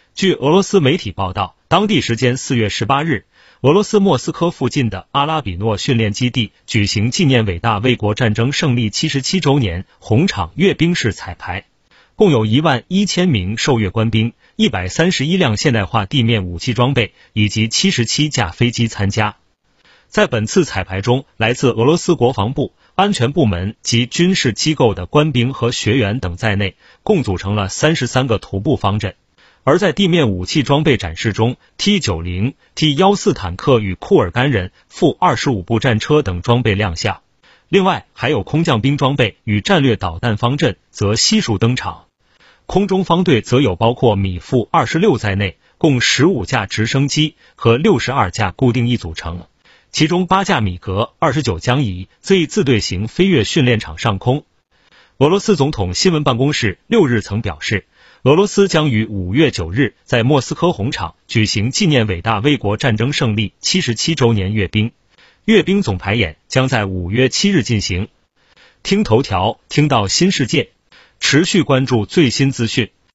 据俄罗斯媒体报道，当地时间4月18日，俄罗斯莫斯科附近的阿拉比诺训练基地举行纪念伟大卫国战争胜利77周年红场阅兵式彩排，共有11000名受阅官兵、131辆现代化地面武器装备以及77架飞机参加。在本次彩排中，来自俄罗斯国防部、安全部门及军事机构的官兵和学员等在内，共组成了33个徒步方阵。而在地面武器装备展示中 ，T90、T14坦克与库尔干人、负25部战车等装备亮相。另外，还有空降兵装备与战略导弹方阵则悉数登场。空中方队则有包括米负26在内，共15架直升机和62架固定翼组成。其中8架米格29将以 Z 自队型飞越训练场上空。俄罗斯总统新闻办公室6日曾表示，俄罗斯将于5月9日在莫斯科红场举行纪念伟大卫国战争胜利77周年阅兵。阅兵总排演将在5月7日进行。听头条，听到新世界，持续关注最新资讯。